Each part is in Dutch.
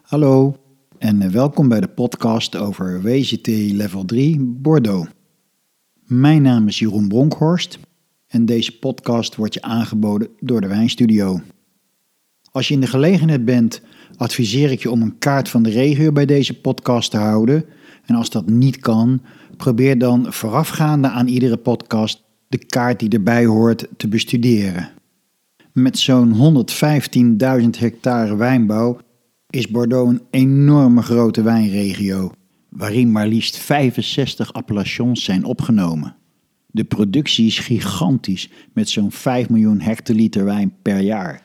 Hallo en welkom bij de podcast over WGT Level 3 Bordeaux. Mijn naam is Jeroen Bronkhorst en deze podcast wordt je aangeboden door de Wijnstudio. Als je in de gelegenheid bent, adviseer ik je om een kaart van de regio bij deze podcast te houden. En als dat niet kan, probeer dan voorafgaande aan iedere podcast de kaart die erbij hoort te bestuderen. Met zo'n 115.000 hectare wijnbouw is Bordeaux een enorme grote wijnregio, waarin maar liefst 65 appellations zijn opgenomen. De productie is gigantisch, met zo'n 5 miljoen hectoliter wijn per jaar.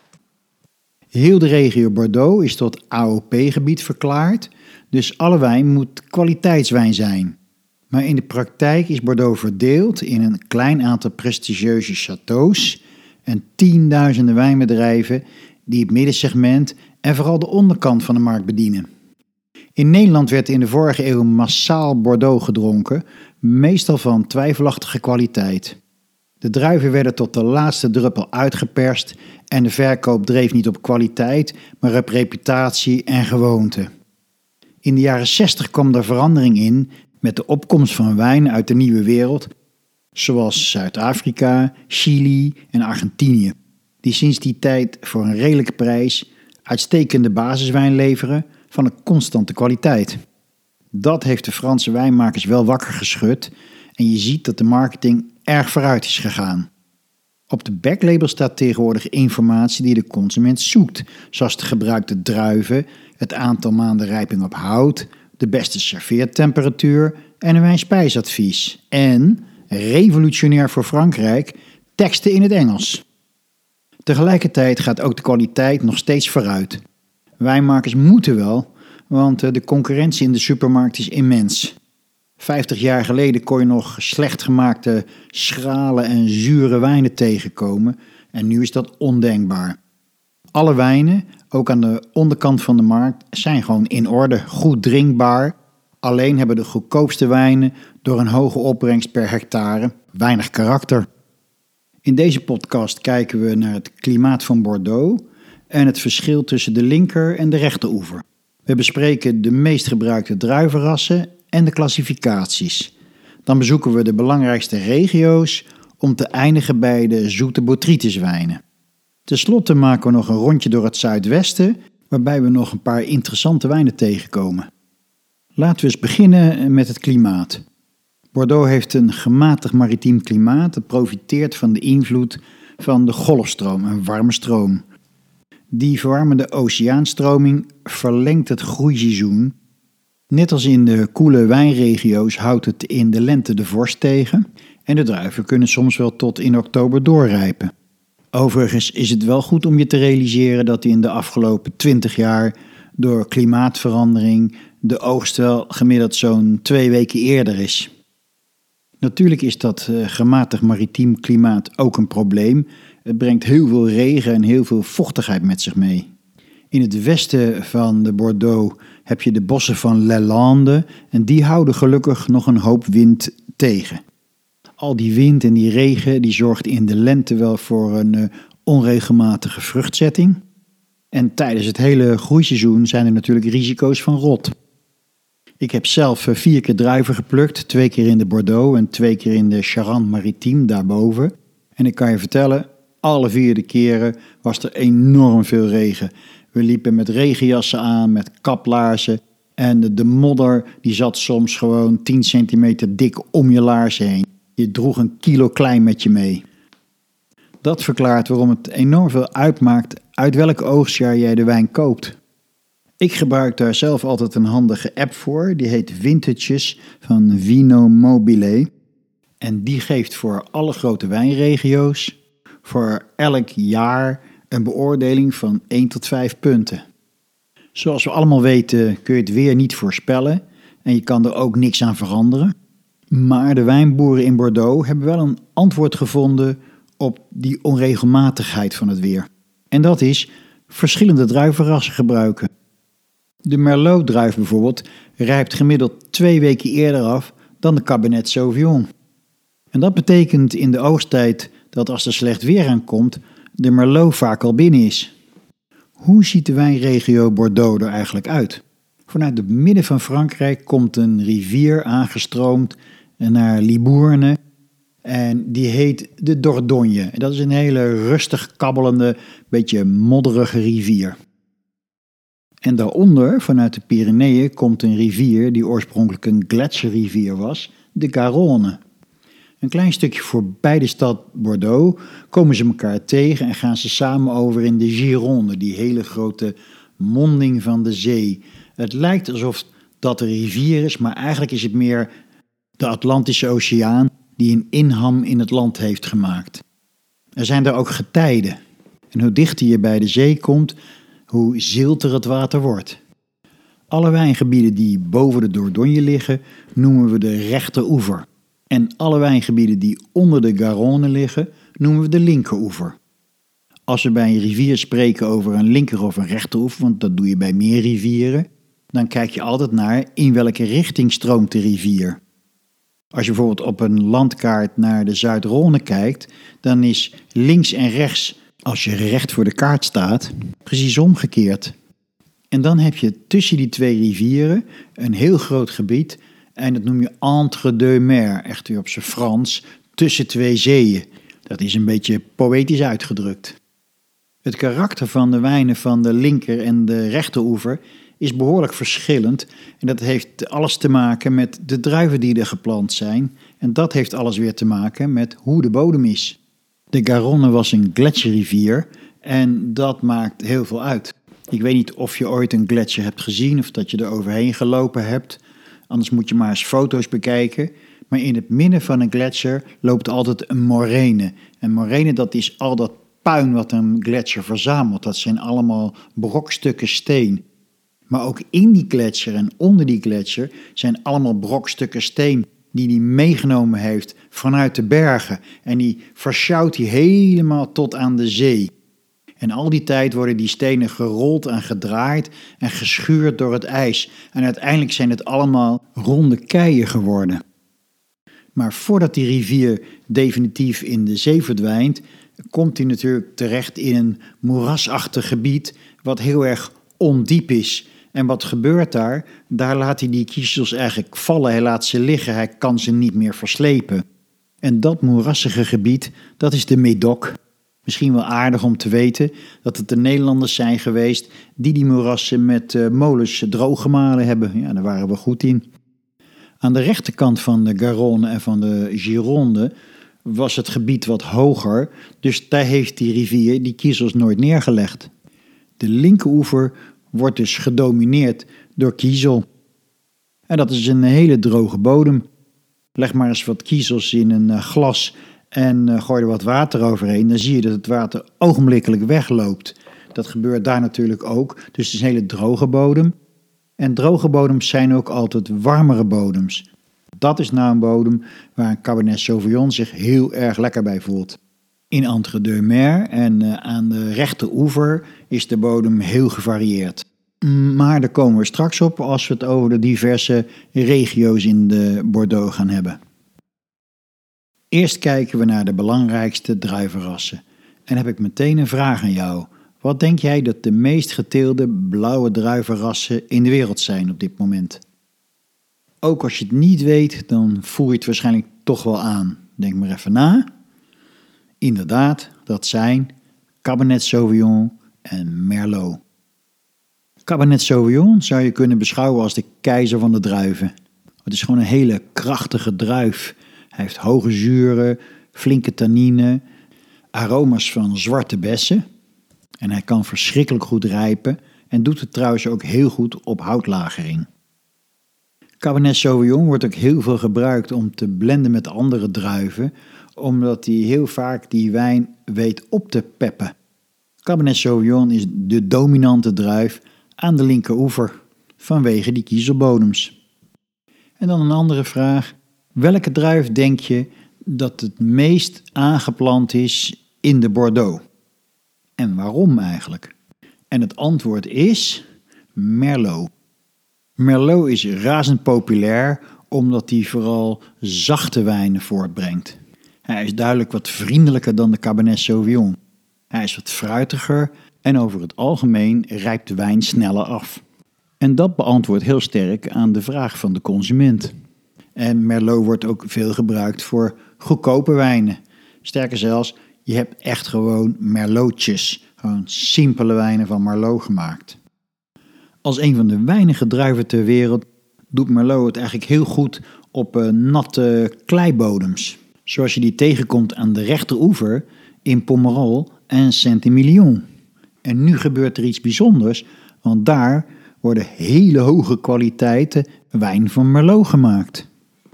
Heel de regio Bordeaux is tot AOP-gebied verklaard, dus alle wijn moet kwaliteitswijn zijn. Maar in de praktijk is Bordeaux verdeeld in een klein aantal prestigieuze châteaus en tienduizenden wijnbedrijven die het middensegment en vooral de onderkant van de markt bedienen. In Nederland werd in de vorige eeuw massaal Bordeaux gedronken, meestal van twijfelachtige kwaliteit. De druiven werden tot de laatste druppel uitgeperst en de verkoop dreef niet op kwaliteit, maar op reputatie en gewoonte. In de jaren 60 kwam er verandering in met de opkomst van wijn uit de nieuwe wereld, zoals Zuid-Afrika, Chili en Argentinië, die sinds die tijd voor een redelijke prijs uitstekende basiswijn leveren van een constante kwaliteit. Dat heeft de Franse wijnmakers wel wakker geschud en je ziet dat de marketing erg vooruit is gegaan. Op de backlabel staat tegenwoordig informatie die de consument zoekt, zoals de gebruikte druiven, het aantal maanden rijping op hout, de beste serveertemperatuur en een wijnspijsadvies. En, revolutionair voor Frankrijk, teksten in het Engels. Tegelijkertijd gaat ook de kwaliteit nog steeds vooruit. Wijnmakers moeten wel, want de concurrentie in de supermarkt is immens. 50 jaar geleden kon je nog slecht gemaakte, schrale en zure wijnen tegenkomen en nu is dat ondenkbaar. Alle wijnen, ook aan de onderkant van de markt, zijn gewoon in orde, goed drinkbaar. Alleen hebben de goedkoopste wijnen door een hoge opbrengst per hectare weinig karakter. In deze podcast kijken we naar het klimaat van Bordeaux en het verschil tussen de linker en de rechteroever. We bespreken de meest gebruikte druivenrassen en de klassificaties. Dan bezoeken we de belangrijkste regio's om te eindigen bij de zoete botrytiswijnen. Ten slotte maken we nog een rondje door het zuidwesten, waarbij we nog een paar interessante wijnen tegenkomen. Laten we eens beginnen met het klimaat. Bordeaux heeft een gematigd maritiem klimaat dat profiteert van de invloed van de golfstroom, een warme stroom. Die verwarmende oceaanstroming verlengt het groeiseizoen. Net als in de koele wijnregio's houdt het in de lente de vorst tegen en de druiven kunnen soms wel tot in oktober doorrijpen. Overigens is het wel goed om je te realiseren dat in de afgelopen 20 jaar door klimaatverandering de oogst wel gemiddeld zo'n 2 weken eerder is. Natuurlijk is dat gematigd maritiem klimaat ook een probleem. Het brengt heel veel regen en heel veel vochtigheid met zich mee. In het westen van de Bordeaux heb je de bossen van Les Landes en die houden gelukkig nog een hoop wind tegen. Al die wind en die regen die zorgt in de lente wel voor een onregelmatige vruchtzetting. En tijdens het hele groeiseizoen zijn er natuurlijk risico's van rot. Ik heb zelf 4 keer druiven geplukt, 2 keer in de Bordeaux en 2 keer in de Charente-Maritime daarboven. En ik kan je vertellen, alle 4 de keren was er enorm veel regen. We liepen met regenjassen aan, met kaplaarzen en de modder die zat soms gewoon 10 centimeter dik om je laarzen heen. Je droeg een kilo klei met je mee. Dat verklaart waarom het enorm veel uitmaakt uit welk oogstjaar jij de wijn koopt. Ik gebruik daar zelf altijd een handige app voor, die heet Vintages van Vino Mobile. En die geeft voor alle grote wijnregio's voor elk jaar een beoordeling van 1 tot 5 punten. Zoals we allemaal weten kun je het weer niet voorspellen en je kan er ook niks aan veranderen. Maar de wijnboeren in Bordeaux hebben wel een antwoord gevonden op die onregelmatigheid van het weer. En dat is verschillende druivenrassen gebruiken. De Merlot-druif bijvoorbeeld rijpt gemiddeld 2 weken eerder af dan de Cabernet Sauvignon. En dat betekent in de oogsttijd dat als er slecht weer aankomt, de Merlot vaak al binnen is. Hoe ziet de wijnregio Bordeaux er eigenlijk uit? Vanuit het midden van Frankrijk komt een rivier aangestroomd naar Libourne en die heet de Dordogne. En dat is een hele rustig kabbelende, beetje modderige rivier. En daaronder, vanuit de Pyreneeën, komt een rivier die oorspronkelijk een gletsjerrivier was, de Garonne. Een klein stukje voorbij de stad Bordeaux komen ze elkaar tegen en gaan ze samen over in de Gironde, die hele grote monding van de zee. Het lijkt alsof dat een rivier is, maar eigenlijk is het meer de Atlantische Oceaan die een inham in het land heeft gemaakt. Er zijn er ook getijden. En hoe dichter je bij de zee komt, hoe zilter het water wordt. Alle wijngebieden die boven de Dordogne liggen, noemen we de rechteroever. En alle wijngebieden die onder de Garonne liggen, noemen we de linkeroever. Als we bij een rivier spreken over een linker of een rechteroever, want dat doe je bij meer rivieren, dan kijk je altijd naar in welke richting stroomt de rivier. Als je bijvoorbeeld op een landkaart naar de Zuid-Rhône kijkt, dan is links en rechts, als je recht voor de kaart staat, precies omgekeerd. En dan heb je tussen die twee rivieren een heel groot gebied en dat noem je entre deux mers, echt weer op zijn Frans, tussen twee zeeën. Dat is een beetje poëtisch uitgedrukt. Het karakter van de wijnen van de linker en de rechteroever is behoorlijk verschillend en dat heeft alles te maken met de druiven die er geplant zijn en dat heeft alles weer te maken met hoe de bodem is. De Garonne was een gletsjerrivier en dat maakt heel veel uit. Ik weet niet of je ooit een gletsjer hebt gezien of dat je er overheen gelopen hebt, anders moet je maar eens foto's bekijken. Maar in het midden van een gletsjer loopt altijd een moraine. En moraine, dat is al dat puin wat een gletsjer verzamelt. Dat zijn allemaal brokstukken steen. Maar ook in die gletsjer en onder die gletsjer zijn allemaal brokstukken steen die hij meegenomen heeft vanuit de bergen. En die versjouwt hij helemaal tot aan de zee. En al die tijd worden die stenen gerold en gedraaid en geschuurd door het ijs. En uiteindelijk zijn het allemaal ronde keien geworden. Maar voordat die rivier definitief in de zee verdwijnt, komt hij natuurlijk terecht in een moerasachtig gebied wat heel erg ondiep is. En wat gebeurt daar? Daar laat hij die kiezels eigenlijk vallen, hij laat ze liggen, hij kan ze niet meer verslepen. En dat moerassige gebied, dat is de Médoc. Misschien wel aardig om te weten dat het de Nederlanders zijn geweest die moerassen met molens drooggemalen hebben. Ja, daar waren we goed in. Aan de rechterkant van de Garonne en van de Gironde was het gebied wat hoger, dus daar heeft die rivier die kiezels nooit neergelegd. De linkeroever wordt dus gedomineerd door kiezel. En dat is een hele droge bodem. Leg maar eens wat kiezels in een glas en gooi er wat water overheen, dan zie je dat het water ogenblikkelijk wegloopt. Dat gebeurt daar natuurlijk ook, dus het is een hele droge bodem. En droge bodems zijn ook altijd warmere bodems. Dat is nou een bodem waar een Cabernet Sauvignon zich heel erg lekker bij voelt. In entre deux mers en aan de rechteroever is de bodem heel gevarieerd. Maar daar komen we straks op als we het over de diverse regio's in de Bordeaux gaan hebben. Eerst kijken we naar de belangrijkste druivenrassen. En heb ik meteen een vraag aan jou. Wat denk jij dat de meest geteelde blauwe druivenrassen in de wereld zijn op dit moment? Ook als je het niet weet, dan voel je het waarschijnlijk toch wel aan. Denk maar even na. Inderdaad, dat zijn Cabernet Sauvignon en Merlot. Cabernet Sauvignon zou je kunnen beschouwen als de keizer van de druiven. Het is gewoon een hele krachtige druif. Hij heeft hoge zuren, flinke tannine, aroma's van zwarte bessen. En hij kan verschrikkelijk goed rijpen en doet het trouwens ook heel goed op houtlagering. Cabernet Sauvignon wordt ook heel veel gebruikt om te blenden met andere druiven, omdat hij heel vaak die wijn weet op te peppen. Cabernet Sauvignon is de dominante druif aan de linkeroever, vanwege die kiezelbodems. En dan een andere vraag. Welke druif denk je dat het meest aangeplant is in de Bordeaux? En waarom eigenlijk? En het antwoord is Merlot. Merlot is razend populair omdat hij vooral zachte wijnen voortbrengt. Hij is duidelijk wat vriendelijker dan de Cabernet Sauvignon. Hij is wat fruitiger En over het algemeen rijpt de wijn sneller af. En dat beantwoordt heel sterk aan de vraag van de consument. En Merlot wordt ook veel gebruikt voor goedkope wijnen. Sterker zelfs, je hebt echt gewoon Merlotjes. Gewoon simpele wijnen van Merlot gemaakt. Als een van de weinige druiven ter wereld doet Merlot het eigenlijk heel goed op natte kleibodems. Zoals je die tegenkomt aan de rechteroever in Pomerol en Saint-Emilion. En nu gebeurt er iets bijzonders, want daar worden hele hoge kwaliteiten wijn van Merlot gemaakt.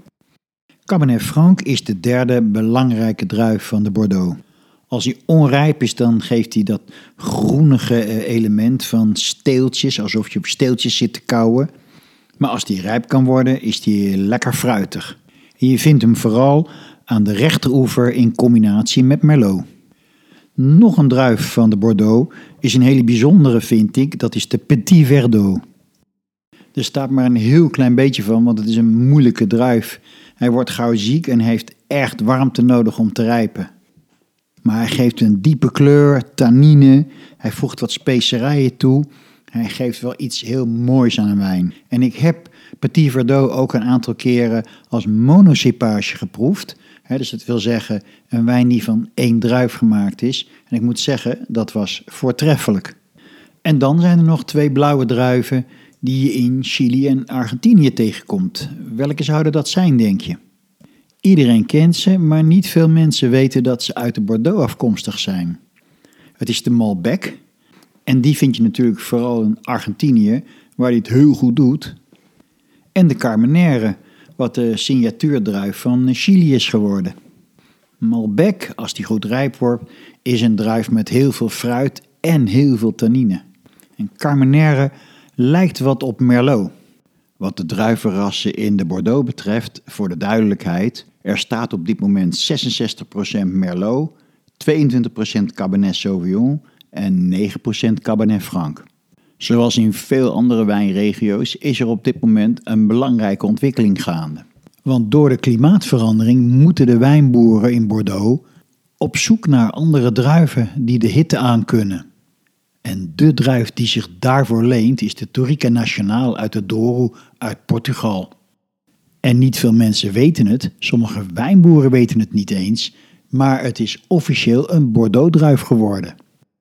Cabernet Franc is de derde belangrijke druif van de Bordeaux. Als hij onrijp is, dan geeft hij dat groenige element van steeltjes, alsof je op steeltjes zit te kauwen. Maar als die rijp kan worden, is die lekker fruitig. En je vindt hem vooral aan de rechteroever in combinatie met Merlot. Nog een druif van de Bordeaux is een hele bijzondere, vind ik. Dat is de Petit Verdot. Er staat maar een heel klein beetje van, want het is een moeilijke druif. Hij wordt gauw ziek en heeft echt warmte nodig om te rijpen. Maar hij geeft een diepe kleur, tannine. Hij voegt wat specerijen toe. Hij geeft wel iets heel moois aan een wijn. En ik heb Petit Verdot ook een aantal keren als monocepage geproefd. Dus dat wil zeggen een wijn die van één druif gemaakt is. En ik moet zeggen, dat was voortreffelijk. En dan zijn er nog 2 blauwe druiven die je in Chili en Argentinië tegenkomt. Welke zouden dat zijn, denk je? Iedereen kent ze, maar niet veel mensen weten dat ze uit de Bordeaux afkomstig zijn. Het is de Malbec. En die vind je natuurlijk vooral in Argentinië, waar hij het heel goed doet. En de Carmenère, wat de signatuurdruif van Chili is geworden. Malbec, als die goed rijp wordt, is een druif met heel veel fruit en heel veel tannine. En Carmenère lijkt wat op Merlot. Wat de druivenrassen in de Bordeaux betreft, voor de duidelijkheid, er staat op dit moment 66% Merlot, 22% Cabernet Sauvignon en 9% Cabernet Franc. Zoals in veel andere wijnregio's is er op dit moment een belangrijke ontwikkeling gaande. Want door de klimaatverandering moeten de wijnboeren in Bordeaux op zoek naar andere druiven die de hitte aankunnen. En de druif die zich daarvoor leent is de Tourica Nacional uit de Douro uit Portugal. En niet veel mensen weten het, sommige wijnboeren weten het niet eens, maar het is officieel een Bordeaux-druif geworden.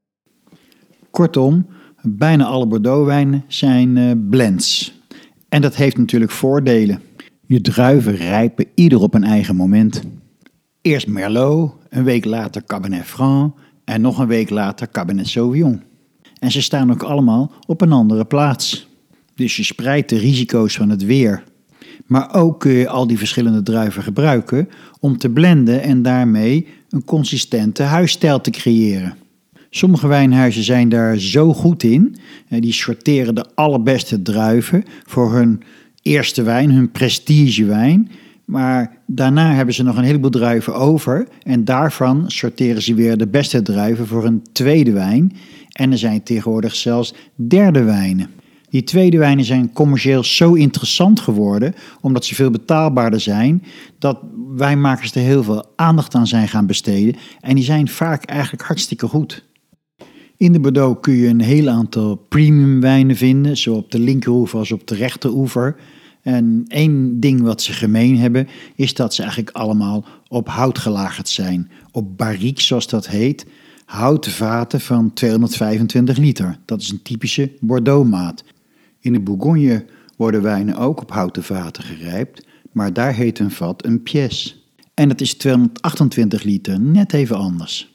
Kortom, bijna alle Bordeaux-wijnen zijn blends. En dat heeft natuurlijk voordelen. Je druiven rijpen ieder op een eigen moment. Eerst Merlot, een week later Cabernet Franc en nog een week later Cabernet Sauvignon. En ze staan ook allemaal op een andere plaats. Dus je spreidt de risico's van het weer. Maar ook kun je al die verschillende druiven gebruiken om te blenden en daarmee een consistente huisstijl te creëren. Sommige wijnhuizen zijn daar zo goed in. Die sorteren de allerbeste druiven voor hun eerste wijn, hun prestigewijn. Maar daarna hebben ze nog een heleboel druiven over. En daarvan sorteren ze weer de beste druiven voor een tweede wijn. En er zijn tegenwoordig zelfs derde wijnen. Die tweede wijnen zijn commercieel zo interessant geworden, omdat ze veel betaalbaarder zijn, dat wijnmakers er heel veel aandacht aan zijn gaan besteden. En die zijn vaak eigenlijk hartstikke goed. In de Bordeaux kun je een heel aantal premium wijnen vinden, zowel op de linkeroever als op de rechteroever. En één ding wat ze gemeen hebben, is dat ze eigenlijk allemaal op hout gelagerd zijn. Op barrique, zoals dat heet, houten vaten van 225 liter. Dat is een typische Bordeaux-maat. In de Bourgogne worden wijnen ook op houten vaten gerijpt, maar daar heet een vat een pièce. En dat is 228 liter, net even anders.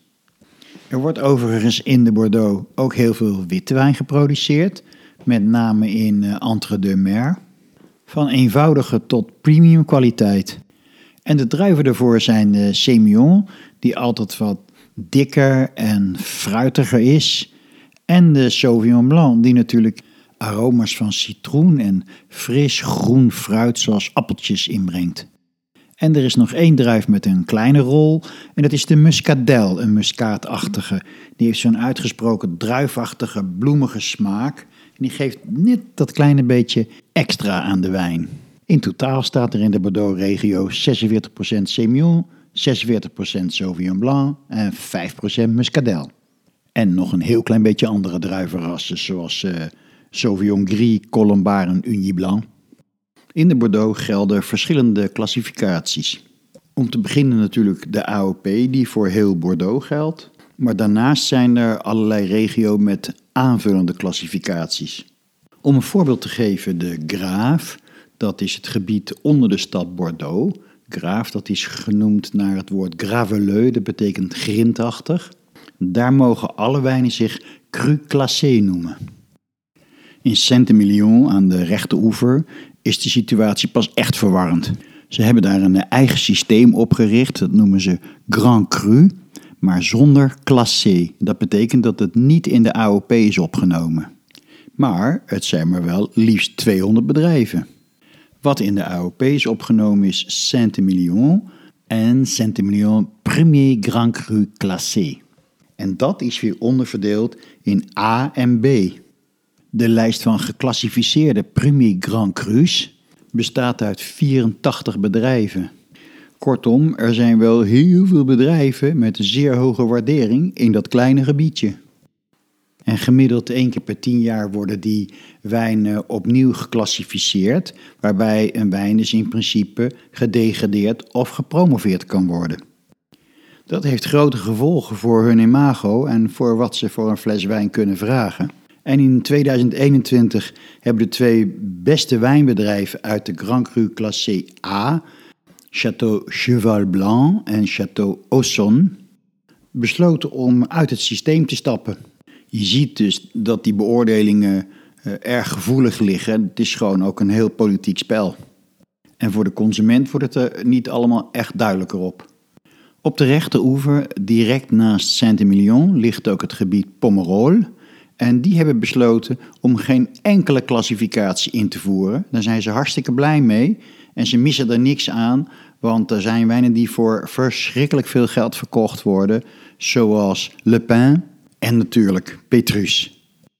Er wordt overigens in de Bordeaux ook heel veel witte wijn geproduceerd, met name in Entre-deux-Mers, van eenvoudige tot premium kwaliteit. En de druiven daarvoor zijn de Sémillon, die altijd wat dikker en fruitiger is, en de Sauvignon Blanc, die natuurlijk aroma's van citroen en fris groen fruit zoals appeltjes inbrengt. En er is nog één druif met een kleine rol en dat is de Muscadel, een muskaatachtige. Die heeft zo'n uitgesproken druifachtige, bloemige smaak en die geeft net dat kleine beetje extra aan de wijn. In totaal staat er in de Bordeaux-regio 46% Sémillon, 46% Sauvignon Blanc en 5% Muscadel. En nog een heel klein beetje andere druivenrassen, zoals Sauvignon Gris, Colombard en Ugny Blanc. In de Bordeaux gelden verschillende klassificaties. Om te beginnen natuurlijk de AOP die voor heel Bordeaux geldt. Maar daarnaast zijn er allerlei regio's met aanvullende klassificaties. Om een voorbeeld te geven, de Grave, dat is het gebied onder de stad Bordeaux. Grave, dat is genoemd naar het woord graveleux, dat betekent grindachtig. Daar mogen alle wijnen zich cru classé noemen. In Saint-Emilion aan de rechteroever is de situatie pas echt verwarrend. Ze hebben daar een eigen systeem opgericht, dat noemen ze Grand Cru, maar zonder classé. Dat betekent dat het niet in de AOP is opgenomen. Maar het zijn maar wel liefst 200 bedrijven. Wat in de AOP is opgenomen is Saint-Emilion en Saint-Emilion Premier Grand Cru Classé. En dat is weer onderverdeeld in A en B. De lijst van geclassificeerde Premier Grand Crus bestaat uit 84 bedrijven. Kortom, er zijn wel heel veel bedrijven met een zeer hoge waardering in dat kleine gebiedje. En gemiddeld 1 keer per 10 jaar worden die wijnen opnieuw geclassificeerd, waarbij een wijn dus in principe gedegradeerd of gepromoveerd kan worden. Dat heeft grote gevolgen voor hun imago en voor wat ze voor een fles wijn kunnen vragen. En in 2021 hebben de 2 beste wijnbedrijven uit de Grand Cru Classé A, Château Cheval Blanc en Château Auxonne, besloten om uit het systeem te stappen. Je ziet dus dat die beoordelingen erg gevoelig liggen. Het is gewoon ook een heel politiek spel. En voor de consument wordt het er niet allemaal echt duidelijker op. Op de rechteroever, direct naast Saint-Emilion, ligt ook het gebied Pomerol. En die hebben besloten om geen enkele klassificatie in te voeren. Daar zijn ze hartstikke blij mee. En ze missen er niks aan, want er zijn wijnen die voor verschrikkelijk veel geld verkocht worden. Zoals Le Pin en natuurlijk Petrus.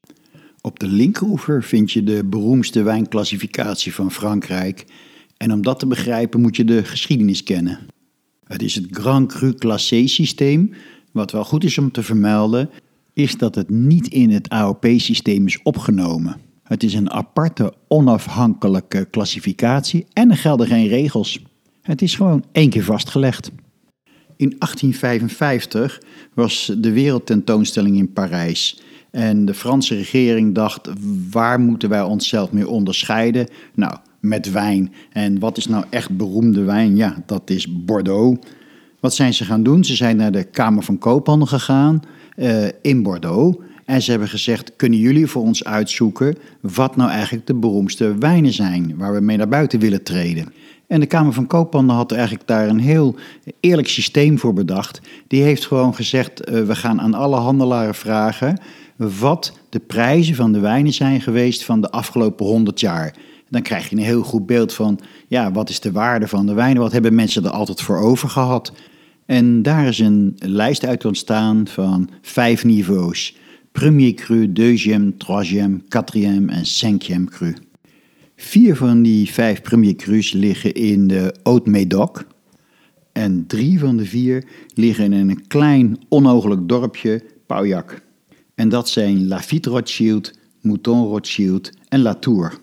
Op de linkeroever vind je de beroemdste wijnclassificatie van Frankrijk. En om dat te begrijpen moet je de geschiedenis kennen. Het is het Grand Cru Classé systeem. Wat wel goed is om te vermelden, is dat het niet in het AOP-systeem is opgenomen. Het is een aparte, onafhankelijke klassificatie en er gelden geen regels. Het is gewoon 1 keer vastgelegd. In 1855 was de wereldtentoonstelling in Parijs. En de Franse regering dacht, waar moeten wij onszelf mee onderscheiden? Nou, met wijn. En wat is nou echt beroemde wijn? Ja, dat is Bordeaux. Wat zijn ze gaan doen? Ze zijn naar de Kamer van Koophandel gegaan in Bordeaux. En ze hebben gezegd, kunnen jullie voor ons uitzoeken wat nou eigenlijk de beroemdste wijnen zijn, waar we mee naar buiten willen treden. En de Kamer van Koophandel had eigenlijk daar een heel eerlijk systeem voor bedacht. Die heeft gewoon gezegd, we gaan aan alle handelaren vragen wat de prijzen van de wijnen zijn geweest van de afgelopen 100 jaar. Dan krijg je een heel goed beeld van, ja, wat is de waarde van de wijnen? Wat hebben mensen er altijd voor over gehad? En daar is een lijst uit ontstaan van 5 niveaus. Premier cru, deuxième, troisième, quatrième en cinquième cru. 4 van die 5 premier crus liggen in de Haute-Médoc. En 3 van de 4 liggen in een klein onogelijk dorpje, Pauillac. En dat zijn Lafite Rothschild, Mouton Rothschild en Latour.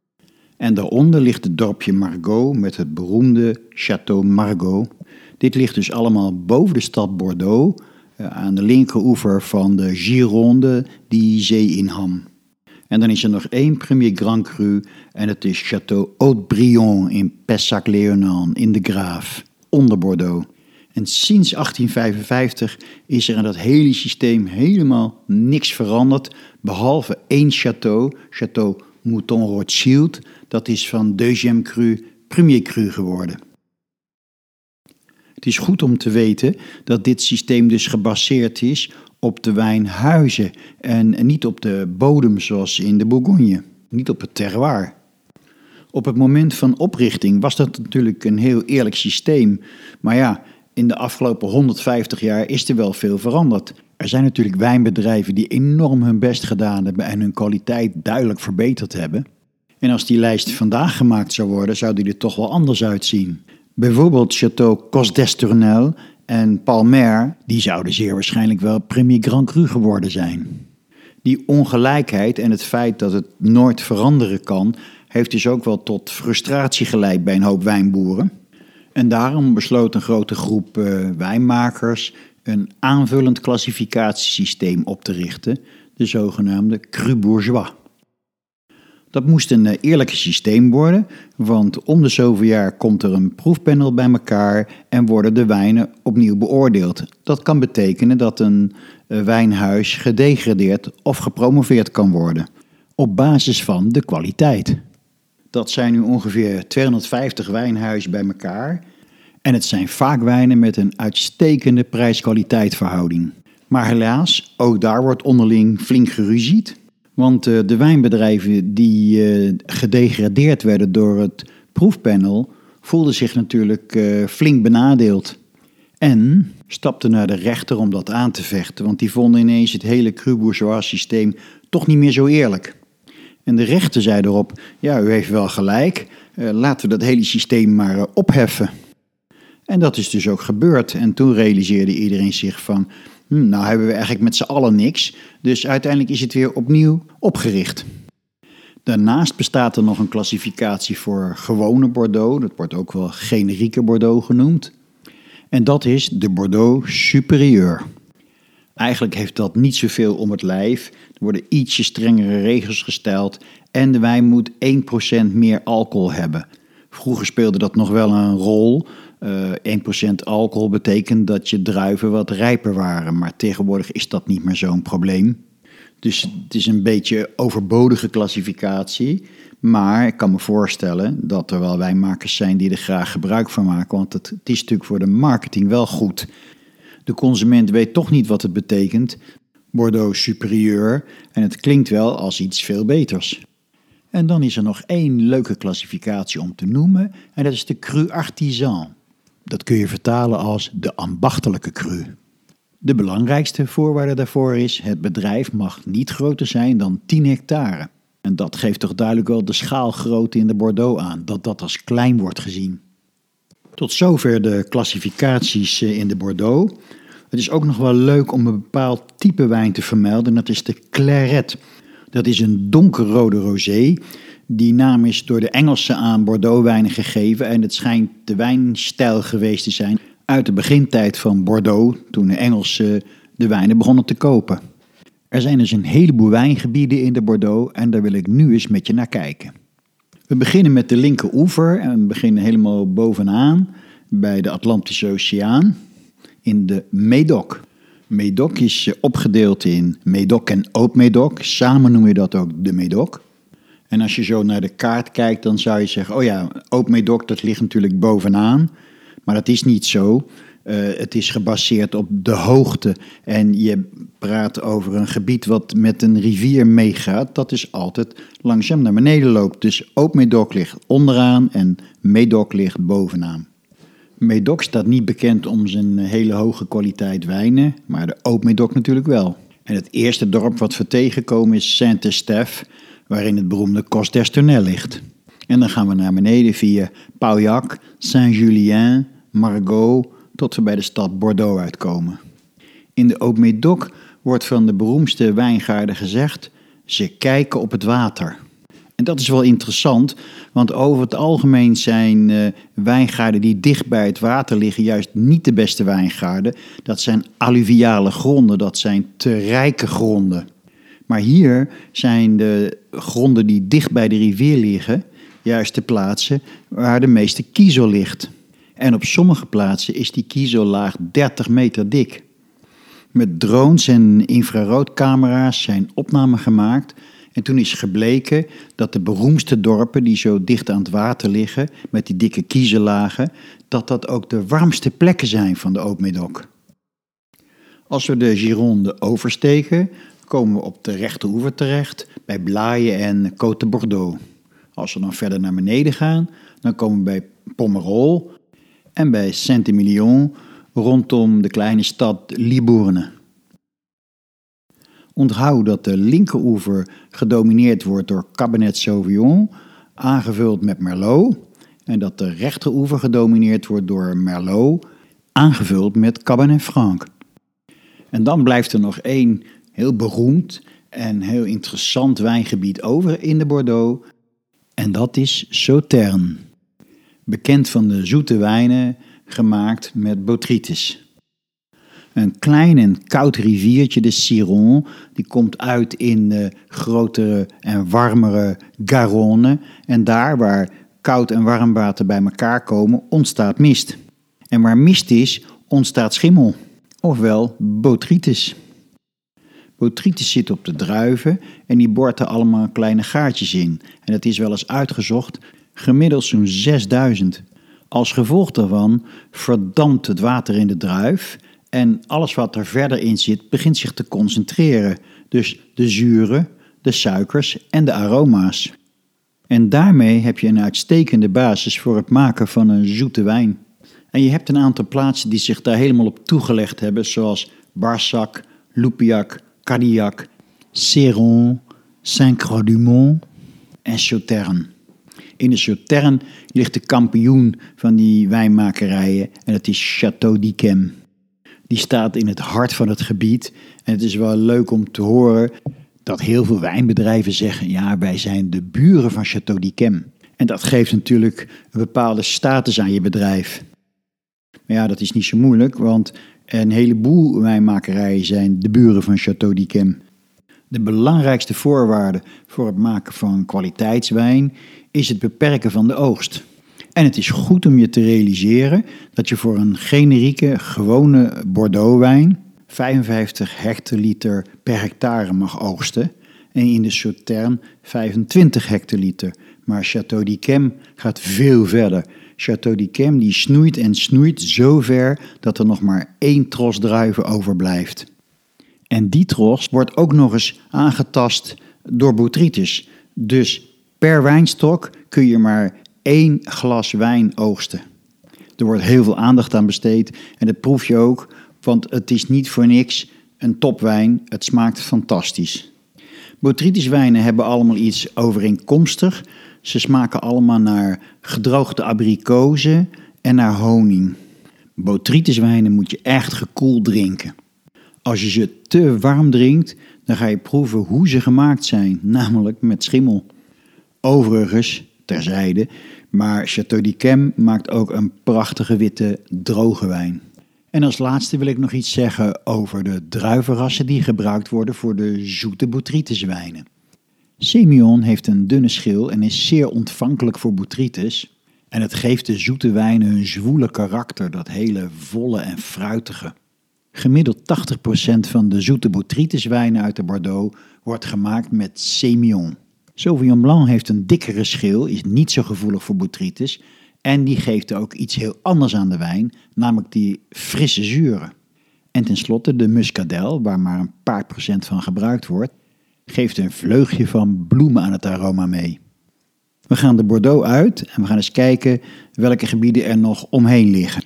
En daaronder ligt het dorpje Margaux met het beroemde Château Margaux. Dit ligt dus allemaal boven de stad Bordeaux, aan de linkeroever van de Gironde, die zee inham. En dan is er nog 1 Premier Grand Cru en het is Château Haut-Brion in Pessac-Léognan in de Grave, onder Bordeaux. En sinds 1855 is er in dat hele systeem helemaal niks veranderd, behalve 1 château, Château Mouton Rothschild, dat is van deuxième cru, premier cru geworden. Het is goed om te weten dat dit systeem dus gebaseerd is op de wijnhuizen en niet op de bodem zoals in de Bourgogne, niet op het terroir. Op het moment van oprichting was dat natuurlijk een heel eerlijk systeem, maar ja, in de afgelopen 150 jaar is er wel veel veranderd. Er zijn natuurlijk wijnbedrijven die enorm hun best gedaan hebben en hun kwaliteit duidelijk verbeterd hebben. En als die lijst vandaag gemaakt zou worden, zou die er toch wel anders uitzien. Bijvoorbeeld Château Cos d'Estournel en Palmer, die zouden zeer waarschijnlijk wel Premier Grand Cru geworden zijn. Die ongelijkheid en het feit dat het nooit veranderen kan, heeft dus ook wel tot frustratie geleid bij een hoop wijnboeren. En daarom besloot een grote groep wijnmakers een aanvullend klassificatiesysteem op te richten, de zogenaamde Cru Bourgeois. Dat moest een eerlijker systeem worden, want om de zoveel jaar komt er een proefpanel bij elkaar en worden de wijnen opnieuw beoordeeld. Dat kan betekenen dat een wijnhuis gedegradeerd of gepromoveerd kan worden, op basis van de kwaliteit. Dat zijn nu ongeveer 250 wijnhuizen bij elkaar en het zijn vaak wijnen met een uitstekende prijs-kwaliteit verhouding. Maar helaas, ook daar wordt onderling flink geruzied. Want de wijnbedrijven die gedegradeerd werden door het proefpanel voelden zich natuurlijk flink benadeeld. En stapten naar de rechter om dat aan te vechten, want die vonden ineens het hele Cru Bourgeois systeem toch niet meer zo eerlijk. En de rechter zei erop, ja, u heeft wel gelijk, laten we dat hele systeem maar opheffen. En dat is dus ook gebeurd. En toen realiseerde iedereen zich van, nou hebben we eigenlijk met z'n allen niks. Dus uiteindelijk is het weer opnieuw opgericht. Daarnaast bestaat er nog een klassificatie voor gewone Bordeaux. Dat wordt ook wel generieke Bordeaux genoemd. En dat is de Bordeaux supérieur. Eigenlijk heeft dat niet zoveel om het lijf. Er worden ietsje strengere regels gesteld. En de wijn moet 1% meer alcohol hebben. Vroeger speelde dat nog wel een rol. 1% alcohol betekent dat je druiven wat rijper waren. Maar tegenwoordig is dat niet meer zo'n probleem. Dus het is een beetje overbodige klassificatie. Maar ik kan me voorstellen dat er wel wijnmakers zijn die er graag gebruik van maken. Want het is natuurlijk voor de marketing wel goed. De consument weet toch niet wat het betekent. Bordeaux supérieur. En het klinkt wel als iets veel beters. En dan is er nog één leuke klassificatie om te noemen. En dat is de Cru Artisan. Dat kun je vertalen als de ambachtelijke cru. De belangrijkste voorwaarde daarvoor is, het bedrijf mag niet groter zijn dan 10 hectare. En dat geeft toch duidelijk wel de schaalgrootte in de Bordeaux aan, dat dat als klein wordt gezien. Tot zover de klassificaties in de Bordeaux. Het is ook nog wel leuk om een bepaald type wijn te vermelden, en dat is de Clairette. Dat is een donkerrode rosé. Die naam is door de Engelsen aan Bordeaux-wijnen gegeven en het schijnt de wijnstijl geweest te zijn uit de begintijd van Bordeaux, toen de Engelsen de wijnen begonnen te kopen. Er zijn dus een heleboel wijngebieden in de Bordeaux en daar wil ik nu eens met je naar kijken. We beginnen met de linkeroever en we beginnen helemaal bovenaan bij de Atlantische Oceaan in de Médoc. Médoc is opgedeeld in Médoc en Haut-Médoc, samen noem je dat ook de Médoc. En als je zo naar de kaart kijkt, dan zou je zeggen, oh ja, Haut-Médoc, dat ligt natuurlijk bovenaan. Maar dat is niet zo. Het is gebaseerd op de hoogte. En je praat over een gebied wat met een rivier meegaat. Dat is altijd langzaam naar beneden loopt. Dus Haut-Médoc ligt onderaan en Médoc ligt bovenaan. Médoc staat niet bekend om zijn hele hoge kwaliteit wijnen, maar de Haut-Médoc natuurlijk wel. En het eerste dorp wat we tegenkomen is Saint-Estèphe, waarin het beroemde Cos d'Estournel ligt. En dan gaan we naar beneden via Pauillac, Saint-Julien, Margaux, tot we bij de stad Bordeaux uitkomen. In de Haut-Médoc wordt van de beroemdste wijngaarden gezegd, ze kijken op het water. En dat is wel interessant, want over het algemeen zijn wijngaarden die dicht bij het water liggen juist niet de beste wijngaarden. Dat zijn alluviale gronden, dat zijn te rijke gronden. Maar hier zijn de gronden die dicht bij de rivier liggen juist de plaatsen waar de meeste kiezel ligt. En op sommige plaatsen is die kiezellaag 30 meter dik. Met drones en infraroodcamera's zijn opnamen gemaakt en toen is gebleken dat de beroemdste dorpen die zo dicht aan het water liggen, met die dikke kiezellagen, dat ook de warmste plekken zijn van de Haut-Médoc. Als we de Gironde oversteken, komen we op de rechteroever terecht bij Blaye en Côte de Bordeaux. Als we dan verder naar beneden gaan, dan komen we bij Pomerol en bij Saint-Émilion rondom de kleine stad Libourne. Onthoud dat de linkeroever gedomineerd wordt door Cabernet Sauvignon, aangevuld met Merlot, en dat de rechteroever gedomineerd wordt door Merlot aangevuld met Cabernet Franc. En dan blijft er nog één heel beroemd en heel interessant wijngebied over in de Bordeaux. En dat is Sauternes. Bekend van de zoete wijnen, gemaakt met botrytis. Een klein en koud riviertje, de Ciron, die komt uit in de grotere en warmere Garonne. En daar waar koud en warm water bij elkaar komen, ontstaat mist. En waar mist is, ontstaat schimmel, ofwel botrytis. Botrytis zit op de druiven en die boort er allemaal kleine gaatjes in. En dat is wel eens uitgezocht, gemiddeld zo'n 6000. Als gevolg daarvan verdampt het water in de druif en alles wat er verder in zit begint zich te concentreren. Dus de zuren, de suikers en de aroma's. En daarmee heb je een uitstekende basis voor het maken van een zoete wijn. En je hebt een aantal plaatsen die zich daar helemaal op toegelegd hebben, zoals Barsac, Loupiac, Cadillac, Céron, Saint-Croix-du-Mont en Sauternes. In de Sauternes ligt de kampioen van die wijnmakerijen en dat is Château d'Yquem. Die staat in het hart van het gebied en het is wel leuk om te horen dat heel veel wijnbedrijven zeggen, ja, wij zijn de buren van Château d'Yquem. En dat geeft natuurlijk een bepaalde status aan je bedrijf. Maar ja, dat is niet zo moeilijk, want een heleboel wijnmakerijen zijn de buren van Château d'Yquem. De belangrijkste voorwaarde voor het maken van kwaliteitswijn is het beperken van de oogst. En het is goed om je te realiseren dat je voor een generieke, gewone Bordeauxwijn 55 hectoliter per hectare mag oogsten en in de Sauternes 25 hectoliter. Maar Château d'Yquem gaat veel verder. Château d'Yquem die snoeit en snoeit zo ver dat er nog maar 1 tros druiven overblijft. En die tros wordt ook nog eens aangetast door botrytis. Dus per wijnstok kun je maar 1 glas wijn oogsten. Er wordt heel veel aandacht aan besteed en dat proef je ook, want het is niet voor niks een topwijn. Het smaakt fantastisch. Botrytiswijnen hebben allemaal iets overeenkomstig. Ze smaken allemaal naar gedroogde abrikozen en naar honing. Botrytiswijnen moet je echt gekoeld drinken. Als je ze te warm drinkt, dan ga je proeven hoe ze gemaakt zijn, namelijk met schimmel. Overigens, terzijde, maar Château d'Yquem maakt ook een prachtige witte droge wijn. En als laatste wil ik nog iets zeggen over de druivenrassen die gebruikt worden voor de zoete botrytiswijnen. Sémillon heeft een dunne schil en is zeer ontvankelijk voor botrytis. En het geeft de zoete wijnen hun zwoele karakter, dat hele volle en fruitige. Gemiddeld 80% van de zoete botrytiswijnen uit de Bordeaux wordt gemaakt met Sémillon. Sauvignon Blanc heeft een dikkere schil, is niet zo gevoelig voor botrytis en die geeft ook iets heel anders aan de wijn, namelijk die frisse zuren. En tenslotte de muscadel, waar maar een paar procent van gebruikt wordt, geeft een vleugje van bloemen aan het aroma mee. We gaan de Bordeaux uit en we gaan eens kijken welke gebieden er nog omheen liggen.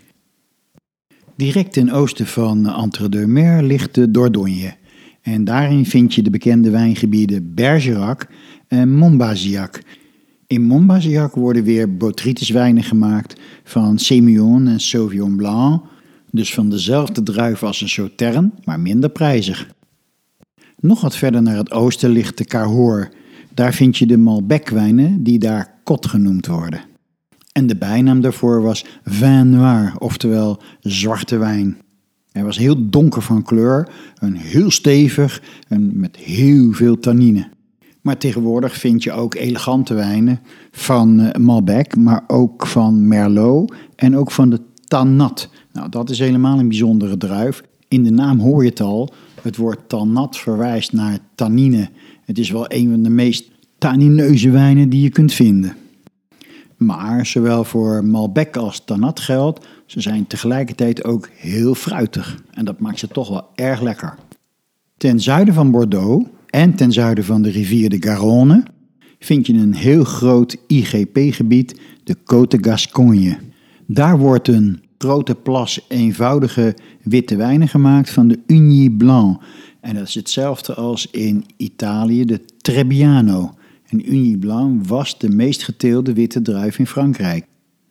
Direct ten oosten van Entre-deux-Mers ligt de Dordogne. En daarin vind je de bekende wijngebieden Bergerac en Montbazillac. In Montbazillac worden weer botrytiswijnen gemaakt van Sémillon en Sauvignon Blanc. Dus van dezelfde druif als een Sauternes, maar minder prijzig. Nog wat verder naar het oosten ligt de Cahors. Daar vind je de Malbec-wijnen die daar Côte genoemd worden. En de bijnaam daarvoor was vin noir, oftewel zwarte wijn. Hij was heel donker van kleur, en heel stevig en met heel veel tannine. Maar tegenwoordig vind je ook elegante wijnen van Malbec, maar ook van Merlot en ook van de Tannat. Nou, dat is helemaal een bijzondere druif. In de naam hoor je het al, het woord Tannat verwijst naar tannine. Het is wel een van de meest tannineuze wijnen die je kunt vinden. Maar zowel voor Malbec als Tannat geldt, ze zijn tegelijkertijd ook heel fruitig. En dat maakt ze toch wel erg lekker. Ten zuiden van Bordeaux en ten zuiden van de rivier de Garonne vind je een heel groot IGP-gebied, de Côte de Gascogne. Daar wordt een grote plas eenvoudige witte wijnen gemaakt van de Ugni Blanc. En dat is hetzelfde als in Italië de Trebbiano. En Ugni Blanc was de meest geteelde witte druif in Frankrijk.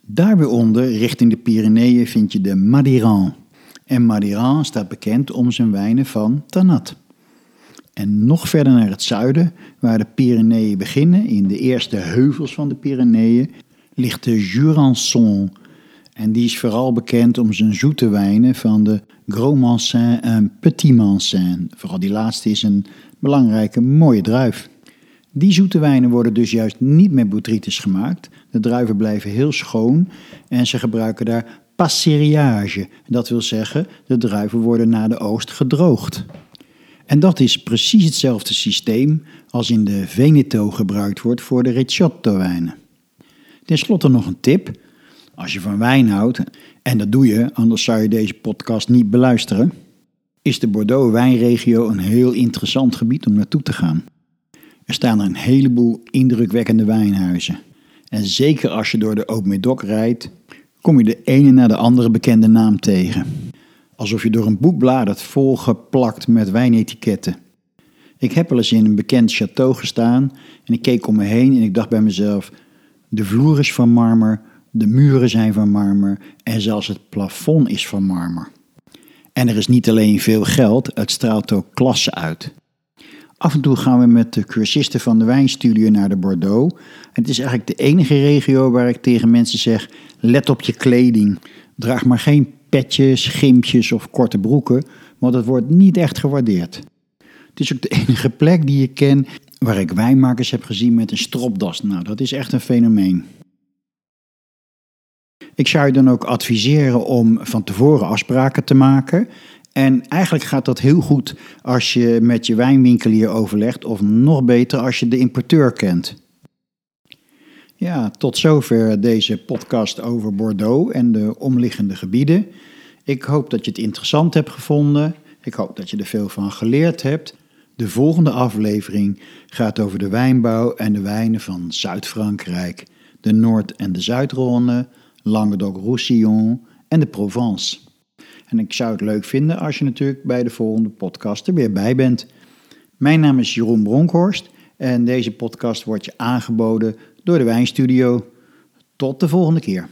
Daar weer onder, richting de Pyreneeën, vind je de Madiran. En Madiran staat bekend om zijn wijnen van Tannat. En nog verder naar het zuiden, waar de Pyreneeën beginnen, in de eerste heuvels van de Pyreneeën, ligt de Jurançon. En die is vooral bekend om zijn zoete wijnen van de Gros Mansin en Petit Mansin. Vooral die laatste is een belangrijke, mooie druif. Die zoete wijnen worden dus juist niet met botrytis gemaakt. De druiven blijven heel schoon en ze gebruiken daar passeriage. Dat wil zeggen, de druiven worden na de oogst gedroogd. En dat is precies hetzelfde systeem als in de Veneto gebruikt wordt voor de Recioto wijnen. Ten slotte nog een tip. Als je van wijn houdt, en dat doe je, anders zou je deze podcast niet beluisteren, is de Bordeaux wijnregio een heel interessant gebied om naartoe te gaan. Er staan er een heleboel indrukwekkende wijnhuizen. En zeker als je door de Haut-Médoc rijdt, kom je de ene na de andere bekende naam tegen. Alsof je door een boek bladert volgeplakt met wijnetiketten. Ik heb wel eens in een bekend château gestaan en ik keek om me heen en ik dacht bij mezelf, de vloer is van marmer, de muren zijn van marmer en zelfs het plafond is van marmer. En er is niet alleen veel geld, het straalt ook klasse uit. Af en toe gaan we met de cursisten van de wijnstudio naar de Bordeaux. Het is eigenlijk de enige regio waar ik tegen mensen zeg, let op je kleding. Draag maar geen petjes, gimpjes of korte broeken, want het wordt niet echt gewaardeerd. Het is ook de enige plek die ik ken waar ik wijnmakers heb gezien met een stropdas. Nou, dat is echt een fenomeen. Ik zou je dan ook adviseren om van tevoren afspraken te maken. En eigenlijk gaat dat heel goed als je met je wijnwinkelier overlegt, of nog beter als je de importeur kent. Ja, tot zover deze podcast over Bordeaux en de omliggende gebieden. Ik hoop dat je het interessant hebt gevonden. Ik hoop dat je er veel van geleerd hebt. De volgende aflevering gaat over de wijnbouw en de wijnen van Zuid-Frankrijk, de Noord- en de Zuid-Rhône, Languedoc-Roussillon en de Provence. En ik zou het leuk vinden als je natuurlijk bij de volgende podcast er weer bij bent. Mijn naam is Jeroen Bronkhorst en deze podcast wordt je aangeboden door de Wijnstudio. Tot de volgende keer.